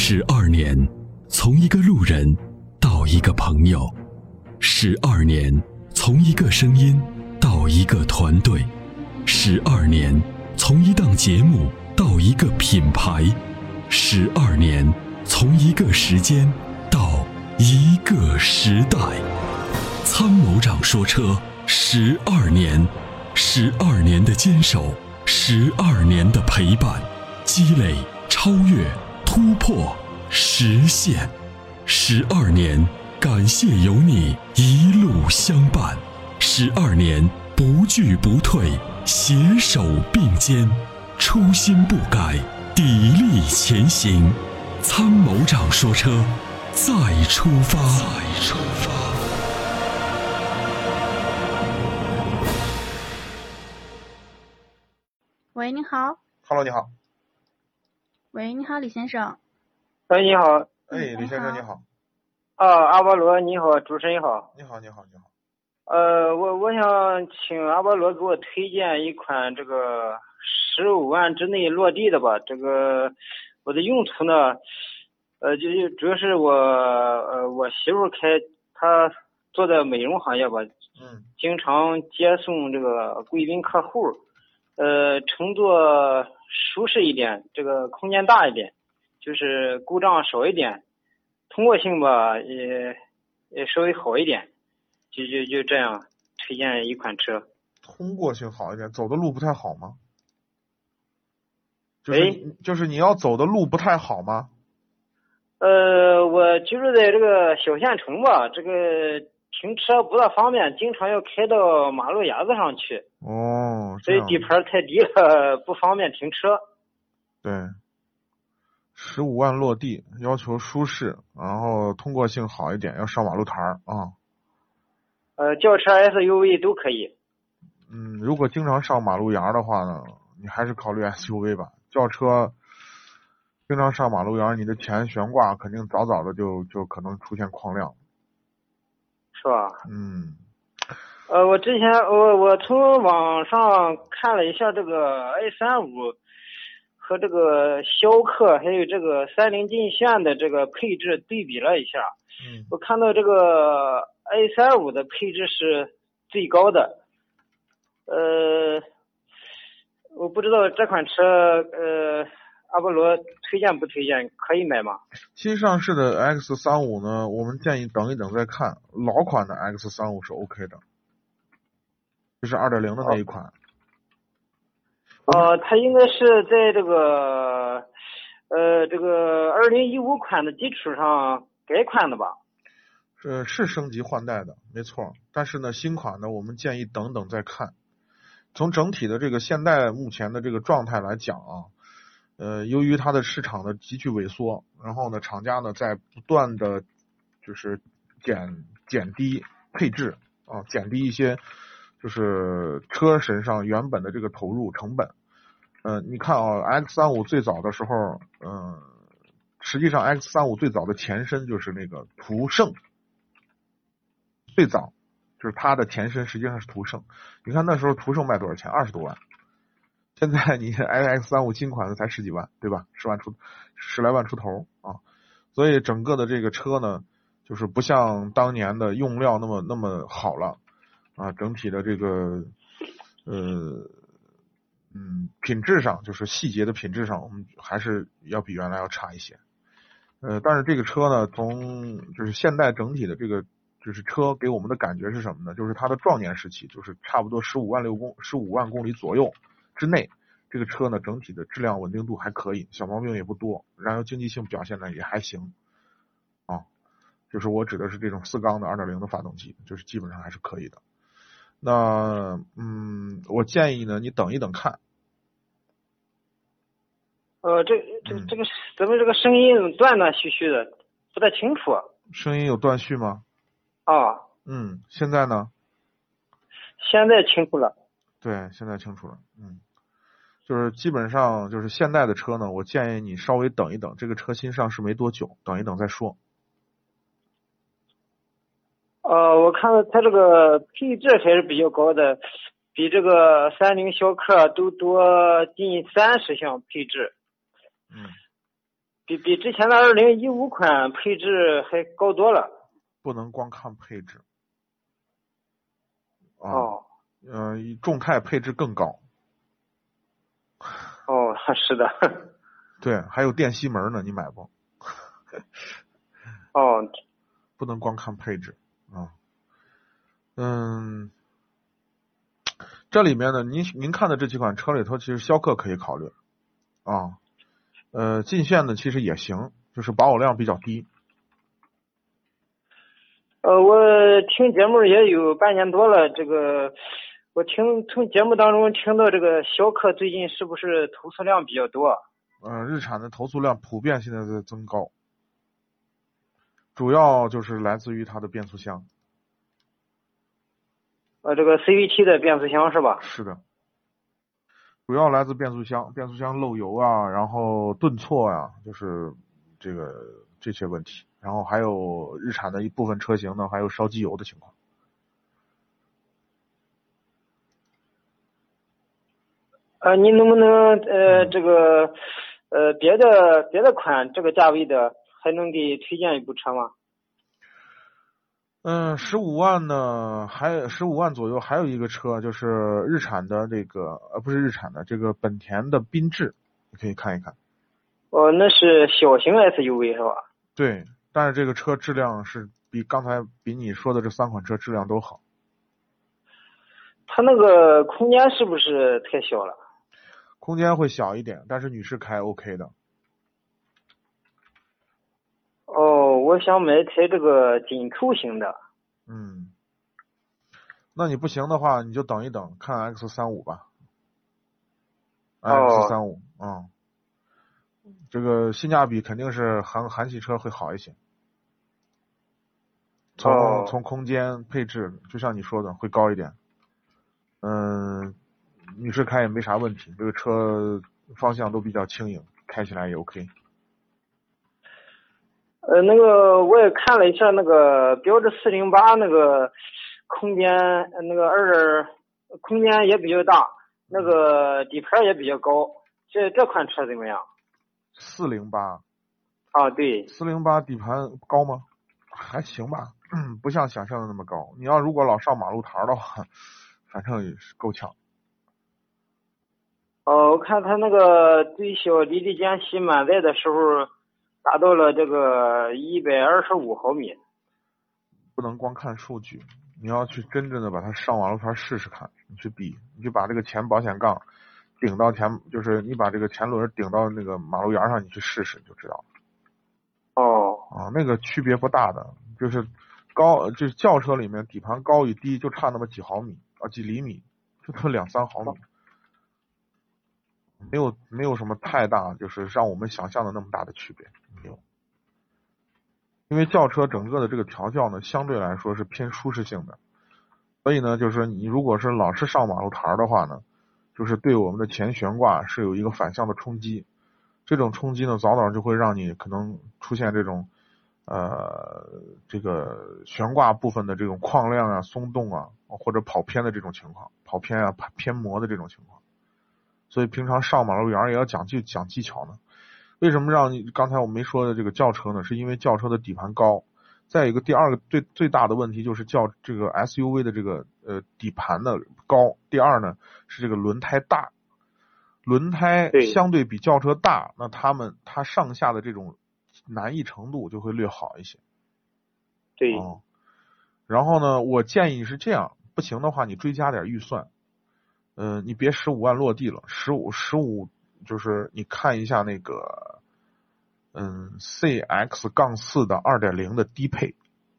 12年，从一个路人到一个朋友；12年，从一个声音到一个团队；12年，从一档节目到一个品牌；12年，从一个时间到一个时代。参谋长说车12年，12年的坚守，12年的陪伴，积累、超越、突破、实现。12年，感谢有你一路相伴。12年，不惧不退，携手并肩，初心不改，砥砺前行。参谋长说车，再出发。 喂，你好。 Hello， 你好。 喂，你好，李先生。 喂，你好。 哎，李先生你好。 阿波罗你好，主持人好。 你好。 我想请阿波罗给我推荐一款这个15万之内落地的吧。这个我的用途呢，就主要是我媳妇她做的美容行业吧，经常接送这个贵宾客户，乘坐舒适一点，这个空间大一点，就是故障少一点，通过性吧也稍微好一点，就这样推荐一款车。 通过性好一点，走的路不太好吗？ 喂， 就是你要走的路不太好吗？ 我居住在这个小县城吧，这个停车不大方便，经常要开到马路牙子上去。所以底盘太低了，不方便停车。 对，15万落地，要求舒适，然后通过性好一点，要上马路台啊。 轿车 SUV 都可以。 如果经常上马路牙的话呢，你还是考虑 SUV 吧。轿车经常上马路牙，你的前悬挂肯定早的就可能出现框亮， 是吧？我之前我从网上看了一下这个 A35和这个逍客还有这个30劲炫的这个配置对比了一下，我看到这个 A35的配置是最高的，我不知道这款车阿波罗推荐不推荐，可以买吗？ 新上市的 X35呢，我们建议等一等再看。老款的 X35是 OK 的，就是 2.0 的那一款。 它应该是在这个2015款的基础上改款的吧？ 是升级换代的，没错。但是呢，新款呢，我们建议等等再看。从整体的这个现代目前的这个状态来讲啊，由于它的市场的急剧萎缩，然后呢，厂家呢在不断的就是减低配置啊，减低一些就是车身上原本的这个投入成本。你看啊 ，X35 最早的时候，实际上 X35 最早的前身就是那个途胜，最早就是它的前身实际上是途胜。你看那时候途胜卖多少钱？20多万。现在你 X35 新款的才10几万，对吧？10来万出头啊。所以整个的这个车呢，就是不像当年的用料那么好了啊。整体的这个品质上，就是细节的品质上，我们还是要比原来要差一些。但是这个车呢，从就是现代整体的这个就是车给我们的感觉是什么呢？就是它的壮年时期，就是差不多15万公里左右之内，这个车呢整体的质量稳定度还可以，小毛病也不多，燃油经济性表现呢也还行啊。就是我指的是这种4缸的 2.0 的发动机，就是基本上还是可以的。那我建议呢，你等一等看。 这个咱们这个声音断断续续的，不太清楚。 声音有断续吗？现在呢？ 现在清楚了。 对，现在清楚了。就是基本上就是现代的车呢，我建议你稍微等一等，这个车新上市没多久，等一等再说。 我看到它这个配置还是比较高的，比这个30逍客都多近30项配置。 比之前的2015款配置还高多了。 不能光看配置。啊， 哦， 众泰配置更高。 哦，是的。 对，还有电吸门呢，你买不？ 哦， 不能光看配置啊。这里面呢，您看的这几款车里头，其实逍客可以考虑啊。劲炫呢其实也行，就是保有量比较低。 我听节目也有半年多了，这个我从节目当中听到这个逍客最近是不是投诉量比较多？ 日产的投诉量普遍现在在增高，主要就是来自于它的变速箱。 这个 CVT 的变速箱是吧？ 是的，主要来自变速箱漏油啊，然后顿挫啊，就是这些问题。然后还有日产的一部分车型呢，还有烧机油的情况。 您能不能这个别的款这个价位的还能给推荐一部车吗 ？15万呢，还15万左右，还有一个车就是日产的这个不是日产的这个本田的缤智，你可以看一看。 哦，那是小型 SUV 是吧？ 对，但是这个车质量是比刚才你说的这3款车质量都好。 它那个空间是不是太小了？ 空间会小一点，但是女士开 OK 的。 哦，我想买一台这个紧凑型的。 那你不行的话，你就等一等，看 X35吧。 哦 X35，这个性价比肯定是韩系车会好一些。从空间配置，就像你说的，会高一点。女士开也没啥问题，这个车方向都比较轻盈，开起来也 OK。 那个我也看了一下那个标致408，那个空间那个空间也比较大，那个底盘也比较高，这款车怎么样 ？408。 啊，对。 408底盘高吗？还行吧，不像想象的那么高。你要如果老上马路台的话，反正也是够呛。 我看它那个最小离地间隙满载的时候达到了这个125毫米。 不能光看数据，你要去真正的把它上马路台试试看，你去比，你就把这个前保险杠顶到就是你把这个前轮顶到那个马路沿上，你去试试就知道了。那个区别不大的，就是就是轿车里面底盘高与低就差那么几毫米几厘米，就这么2-3毫米。没有什么太大，就是让我们想象的那么大的区别，没有。因为轿车整个的这个调教呢，相对来说是偏舒适性的，所以呢，就是你如果是老是上马路台的话呢，就是对我们的前悬挂是有一个反向的冲击，这种冲击呢，早早就会让你可能出现这种这个悬挂部分的这种旷亮啊、松动啊，或者跑偏的这种情况，跑偏啊、偏磨的这种情况。所以平常上马路沿也要讲技巧呢。为什么让你刚才我没说的这个轿车呢？是因为轿车的底盘高，再有一个第二个最大的问题就是这个 SUV 的这个底盘的高。第二呢是这个轮胎大，轮胎相对比轿车大，那它上下的这种难易程度就会略好一些。 对。 然后呢，我建议是这样，不行的话你追加点预算。你别15万落地了，15就是你看一下那个CX-4的 2.0 的低配。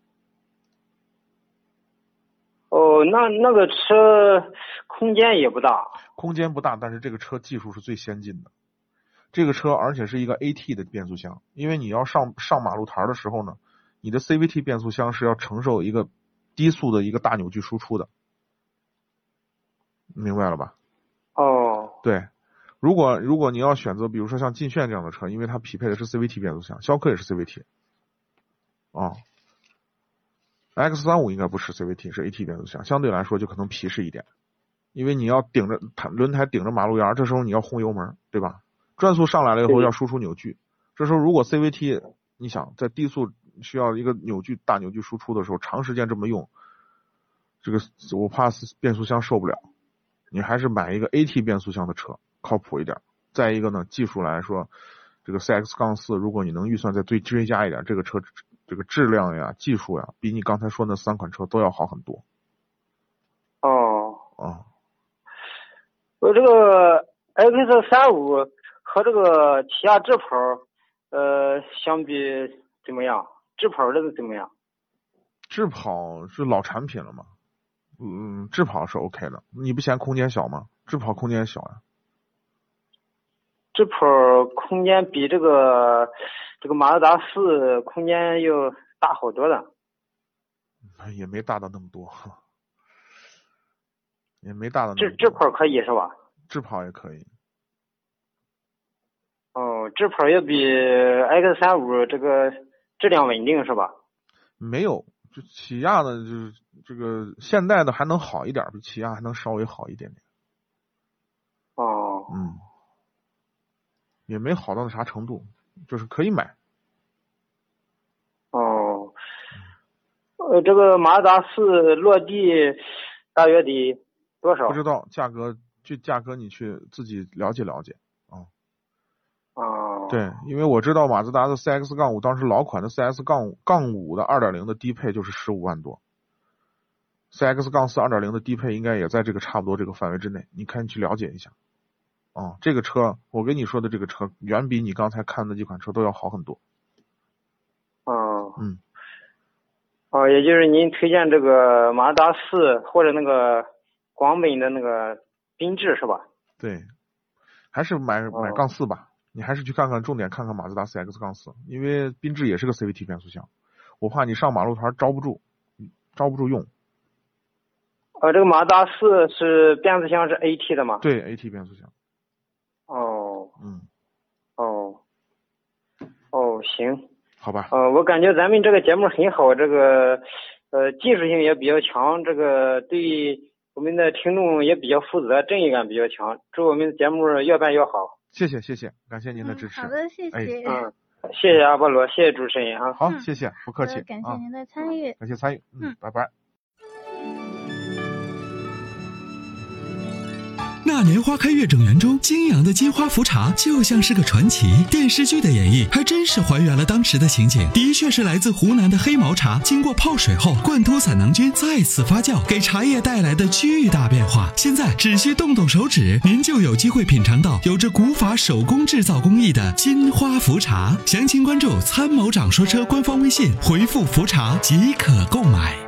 那个车空间也不大。 空间不大，但是这个车技术是最先进的。这个车而且是一个 AT 的变速箱，因为你要上马路台的时候呢，你的 CVT 变速箱是要承受一个低速的一个大扭矩输出的。明白了吧？对，如果你要选择，比如说像劲炫这样的车，因为它匹配的是 CVT 变速箱，逍客也是 CVT。X35应该不是 CVT， 是 AT 变速箱，相对来说就可能皮实一点，因为你要顶着轮胎顶着马路沿，这时候你要轰油门，对吧？转速上来了以后要输出扭矩， 这时候如果 CVT 你想在低速需要一个大扭矩输出的时候，长时间这么用，这个我怕变速箱受不了，你还是买一个 AT 变速箱的车靠谱一点。再一个呢，技术来说，这个 CX-4 如果你能预算再追加一点，这个车这个质量呀、技术呀，比你刚才说那3款车都要好很多。 我这个 X35 和这个起亚智跑相比怎么样？智跑这个怎么样？ 智跑是老产品了嘛，智跑是 OK 的。你不嫌空间小吗？智跑空间小呀。 智跑空间比这个马自达4空间又大好多了。 也没大到那么多，也没大到那么多。 智跑可以是吧？ 智跑也可以。 智跑也比 X35这个质量稳定是吧？ 没有，就起亚的就是这个现代的还能好一点，比起亚还能稍微好一点点。也没好到啥程度，就是可以买。 这个马自达4落地大约得多少？ 不知道价格你去自己了解了解。对，因为我知道马自达的 CX-5 当时老款的 CX-5 的 2.0 的低配就是15万多。CX-4 2.0 的低配应该也在这个差不多这个范围之内，你看你去了解一下。这个车我跟你说的这个车远比你刚才看的几款车都要好很多。 也就是您推荐这个马自达4或者那个广本的那个缤智是吧？ 对，还是买杠4吧。你还是去重点看看马自达 CX-4， 因为缤智也是个 CVT 变速箱，我怕你上马路团招不住用。 这个马自达4是变速箱是 AT 的吗？ 对 ，AT 变速箱。 行。 好吧。 我感觉咱们这个节目很好，这个技术性也比较强，这个对我们的听众也比较负责，正义感比较强。祝我们的节目越办越好。 谢谢，感谢您的支持。 好的，谢谢。 谢谢阿波罗，谢谢主持人啊。 好，谢谢，不客气。 感谢您的参与。 感谢参与。拜拜。 那年花开月正圆中，泾阳的金花茯茶就像是个传奇。电视剧的演绎还真是还原了当时的情景，的确是来自湖南的黑毛茶，经过泡水后，灌脱散囊菌，再次发酵，给茶叶带来的巨大变化。现在只需动动手指，您就有机会品尝到有着古法手工制造工艺的金花茯茶。详情关注参谋长说车官方微信，回复茯茶即可购买。